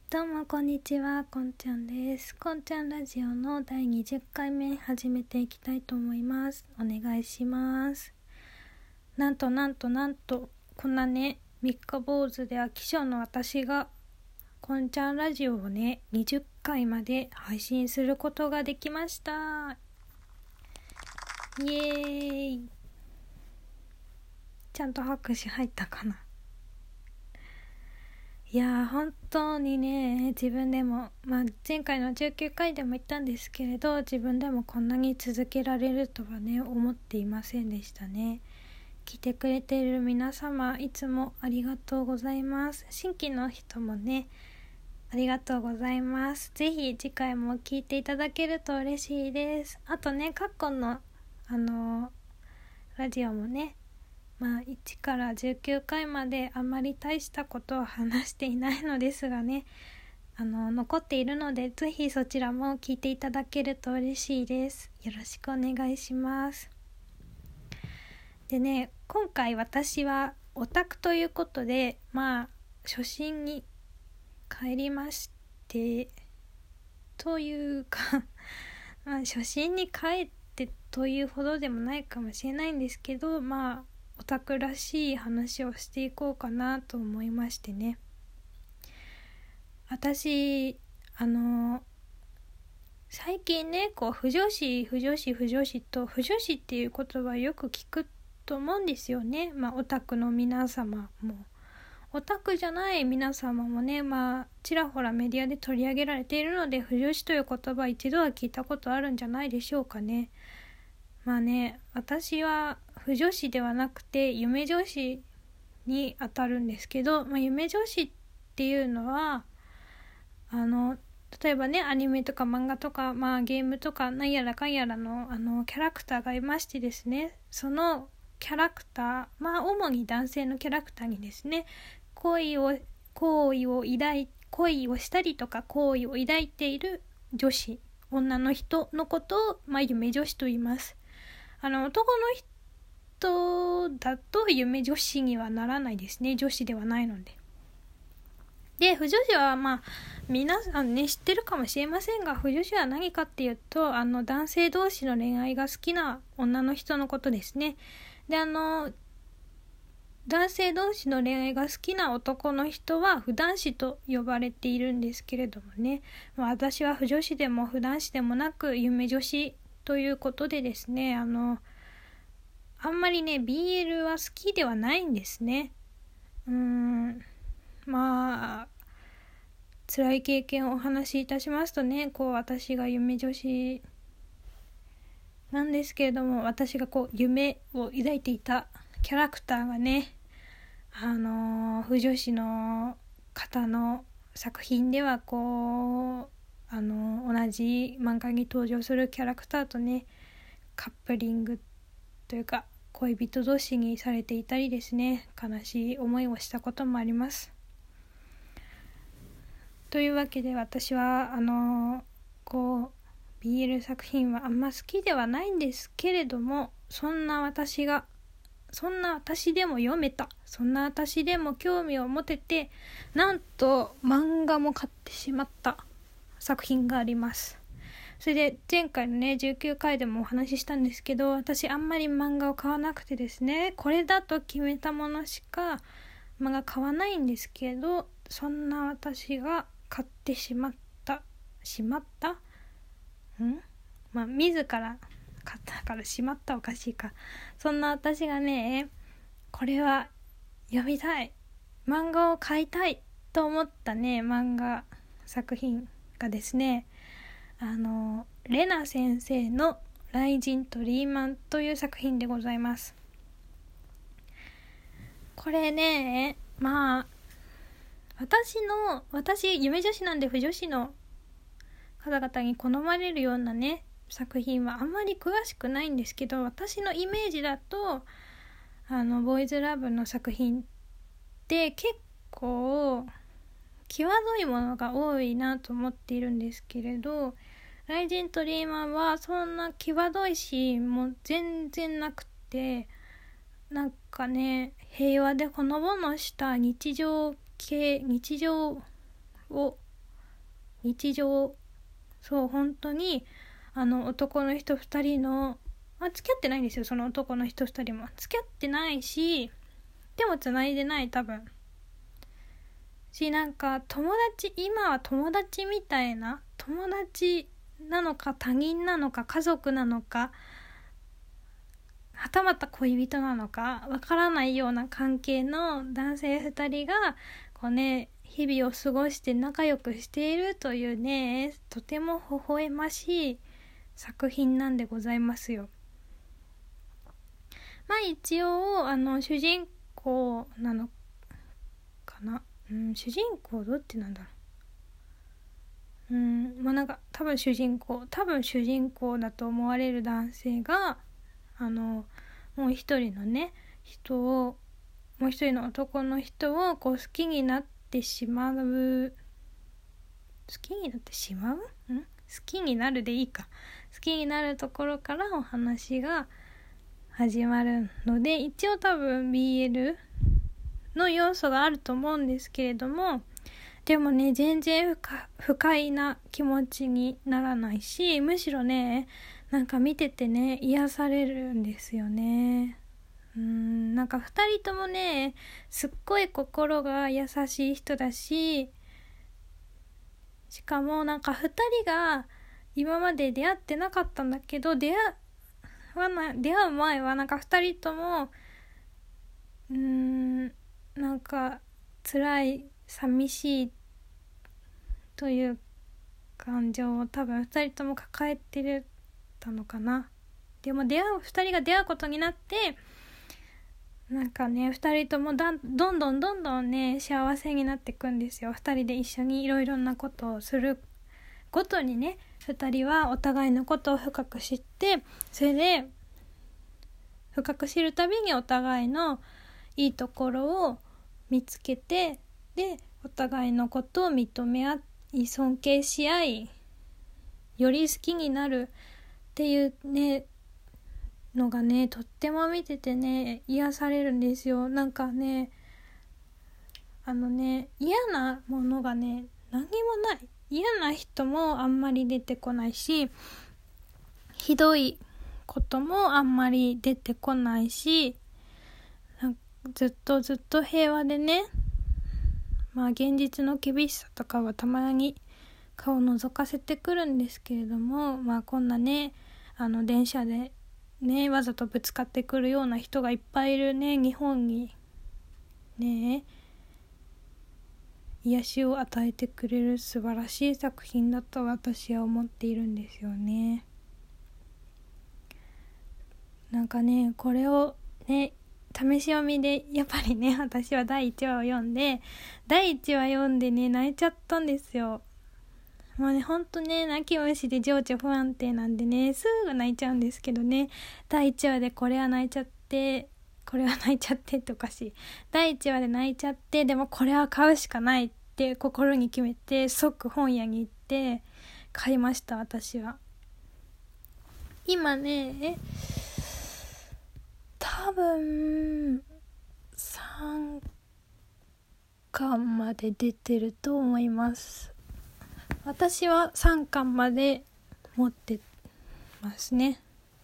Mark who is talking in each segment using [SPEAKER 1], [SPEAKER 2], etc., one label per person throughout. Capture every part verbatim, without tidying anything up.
[SPEAKER 1] どうもこんにちは、こんちゃんです。こんちゃんラジオのだいにじゅっかいめ始めていきたいと思います。お願いします。なんとなんとなんとこんなね三日坊主で飽き性の私がこんちゃんラジオをねにじゅっかいまで配信することができました。イエーイ。ちゃんと拍手入ったかな。いやー本当にね、自分でも、まあ、前回のじゅうきゅうかいでも言ったんですけれど、自分でもこんなに続けられるとはね思っていませんでしたね。来てくれている皆様、いつもありがとうございます。新規の人もねありがとうございます。ぜひ次回も聞いていただけると嬉しいです。あとね、過去のあのラジオもね、まあいちからじゅうきゅうかいまであまり大したことを話していないのですがね、あの残っているので、ぜひそちらも聞いていただけると嬉しいです。よろしくお願いします。でね、今回私はオタクということで、まあ初心に帰りましてというかまあ初心に帰ってというほどでもないかもしれないんですけど、まあオタクらしい話をしていこうかなと思いましてね。私あの最近ね、こう不女子不女子不女子と不女子っていう言葉よく聞くと思うんですよね。まあオタクの皆様もオタクじゃない皆様もね、まあちらほらメディアで取り上げられているので、不女子という言葉一度は聞いたことあるんじゃないでしょうかね。まあね、私は不女子ではなくて夢女子に当たるんですけど、まあ、夢女子っていうのはあの例えばね、アニメとか漫画とか、まあ、ゲームとかなんやらかんやらの、あのキャラクターがいましてですね、そのキャラクター、まあ主に男性のキャラクターにですね、恋を好意を抱い恋をしたりとか好意を抱いている女子、女の人のことを、まあ、夢女子と言います。あの男の人だと夢女子にはならないですね。女子ではないので。で、不女子はまあ皆さんね知ってるかもしれませんが、不女子は何かっていうと、あの男性同士の恋愛が好きな女の人のことですね。で、あの男性同士の恋愛が好きな男の人は不男子と呼ばれているんですけれどもね、まあ、私は不女子でも不男子でもなく夢女子ということでですね、あのあんまりね ビーエル は好きではないんですね。うーんまあ辛い経験をお話しいたしますとね、こう私が夢女子なんですけれども、私がこう夢を抱いていたキャラクターがね、あの不女子の方の作品ではこうあの同じ漫画に登場するキャラクターとねカップリングというか恋人同士にされていたりですね、悲しい思いをしたこともあります。というわけで、私はあのこう ビーエル 作品はあんま好きではないんですけれども、そんな私がそんな私でも読めた、そんな私でも興味を持てて、なんと漫画も買ってしまった作品があります。それで前回のねじゅうきゅうかいでもお話ししたんですけど、私あんまり漫画を買わなくてですね、これだと決めたものしか漫画買わないんですけど、そんな私が買ってしまったしまったんまあ自ら買ったからしまったおかしいか、そんな私がね、これは読みたい、漫画を買いたいと思ったね漫画作品がですね、あのレナ先生の雷神とリーマンという作品でございます。これね、まあ私の私夢女子なんで不女子の方々に好まれるようなね作品はあんまり詳しくないんですけど、私のイメージだとあのボーイズラブの作品って結構際どいものが多いなと思っているんですけれど、雷神とリーマンはそんな際どいシーンも全然なくて、なんかね平和でほのぼのした日常系日常を日常、そう本当にあの男の人ふたりの、まあ、付き合ってないんですよ、その男の人ふたりも付き合ってないし、手も繋いでない多分し、なんか友達、今は友達みたいな、友達なのか他人なのか家族なのかはたまた恋人なのかわからないような関係の男性ふたりがこうね、日々を過ごして仲良くしているというね、とても微笑ましい作品なんでございますよ。まあ一応あの主人公なのかな、うん、主人公どっちなんだろう、うん、まあなんか多分主人公多分主人公だと思われる男性があのもう一人のね人をもう一人の男の人をこう好きになってしまう好きになってしまうん好きになるでいいか好きになるところからお話が始まるので、一応多分 ビーエル の要素があると思うんですけれども、でもね全然不快な気持ちにならないし、むしろねなんか見ててね癒されるんですよね。うーんなんかふたりともねすっごい心が優しい人だし、しかもなんかふたりが今まで出会ってなかったんだけど、出会わな出会う前はなんかふたりともうーんなんか辛い寂しいという感情を多分ふたりとも抱えてるたのかな。でも出会うふたりが出会うことになってなんかねふたりともだんどんどんどんどんね幸せになっていくんですよ。ふたりで一緒にいろいろなことをするごとにね、ふたりはお互いのことを深く知って、それで深く知るたびにお互いのいいところを見つけて、でお互いのことを認め合い尊敬し合い、より好きになるっていうねのがねとっても見ててね癒されるんですよ。なんかねあのね嫌なものがね何にもない、嫌な人もあんまり出てこないし、ひどいこともあんまり出てこないし、なんかずっとずっと平和でね、まあ現実の厳しさとかはたまに顔を覗かせてくるんですけれども、まあこんなねあの電車でねわざとぶつかってくるような人がいっぱいいるね日本にね癒しを与えてくれる素晴らしい作品だと私は思っているんですよね。なんかねこれをね試し読みでやっぱりね私はだいいちわを読んでだいいちわ読んでね泣いちゃったんですよ。もうねほんとね泣き虫で情緒不安定なんでねすぐ泣いちゃうんですけどね、だいいちわでこれは泣いちゃってこれは泣いちゃってっておかしい、だいいちわで泣いちゃって、でもこれは買うしかないって心に決めて即本屋に行って買いました。私は今ね多分さんかんまで出てると思います。私はさんかんまで持ってますね。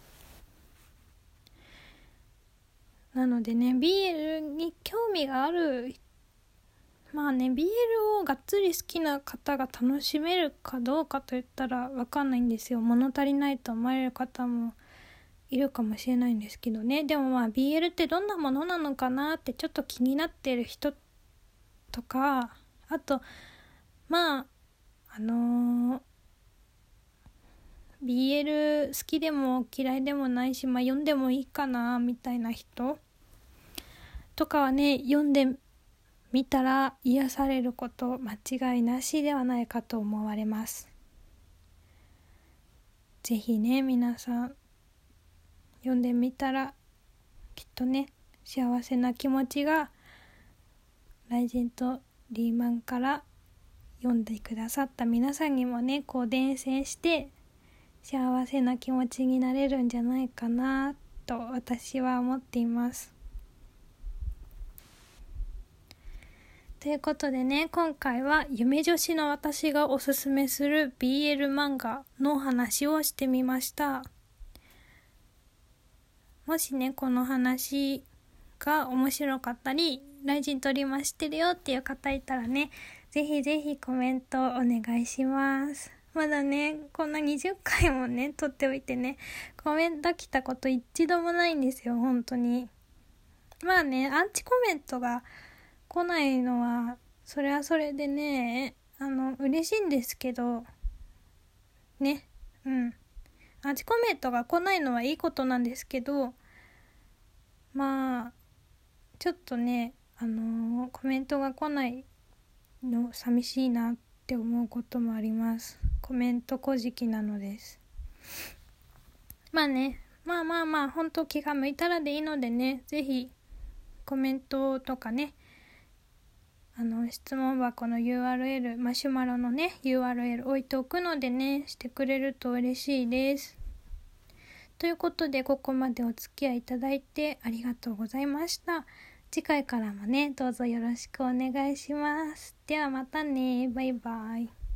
[SPEAKER 1] なのでね ビーエル に興味がある、まあね ビーエル をがっつり好きな方が楽しめるかどうかといったら分かんないんですよ。物足りないと思われる方もいるかもしれないんですけどね。でもまあ ビーエル ってどんなものなのかなってちょっと気になってる人とか、あとまああのー、ビーエル 好きでも嫌いでもないし、まあ読んでもいいかなみたいな人とかはね読んでみたら癒されること間違いなしではないかと思われます。ぜひね皆さん読んでみたらきっとね幸せな気持ちが雷神とリーマンから読んでくださった皆さんにもねこう伝染して幸せな気持ちになれるんじゃないかなと私は思っています。 ということでね、今回は夢女子の私がおすすめする ビーエル 漫画のお話をしてみました。もしね、この話が面白かったり、雷神トリマー知ってるよっていう方いたらね、ぜひぜひコメントお願いします。まだね、こんなにじゅっかいもね、撮っておいてね、コメント来たこと一度もないんですよ、本当に。まあね、アンチコメントが来ないのは、それはそれでね、あの、嬉しいんですけど、ね、うん。アンチコメントが来ないのはいいことなんですけど、まあ、ちょっとね、あのー、コメントが来ないの寂しいなって思うこともあります。コメント小じなのです。まあね、まあまあまあ、本当気が向いたらでいいのでね、ぜひコメントとかね、あの質問箱の ユーアールエル、マシュマロのね ユーアールエル 置いておくのでね、してくれると嬉しいです。ということで、ここまでお付き合いいただいてありがとうございました。次回からもね、どうぞよろしくお願いします。ではまたね、バイバイ。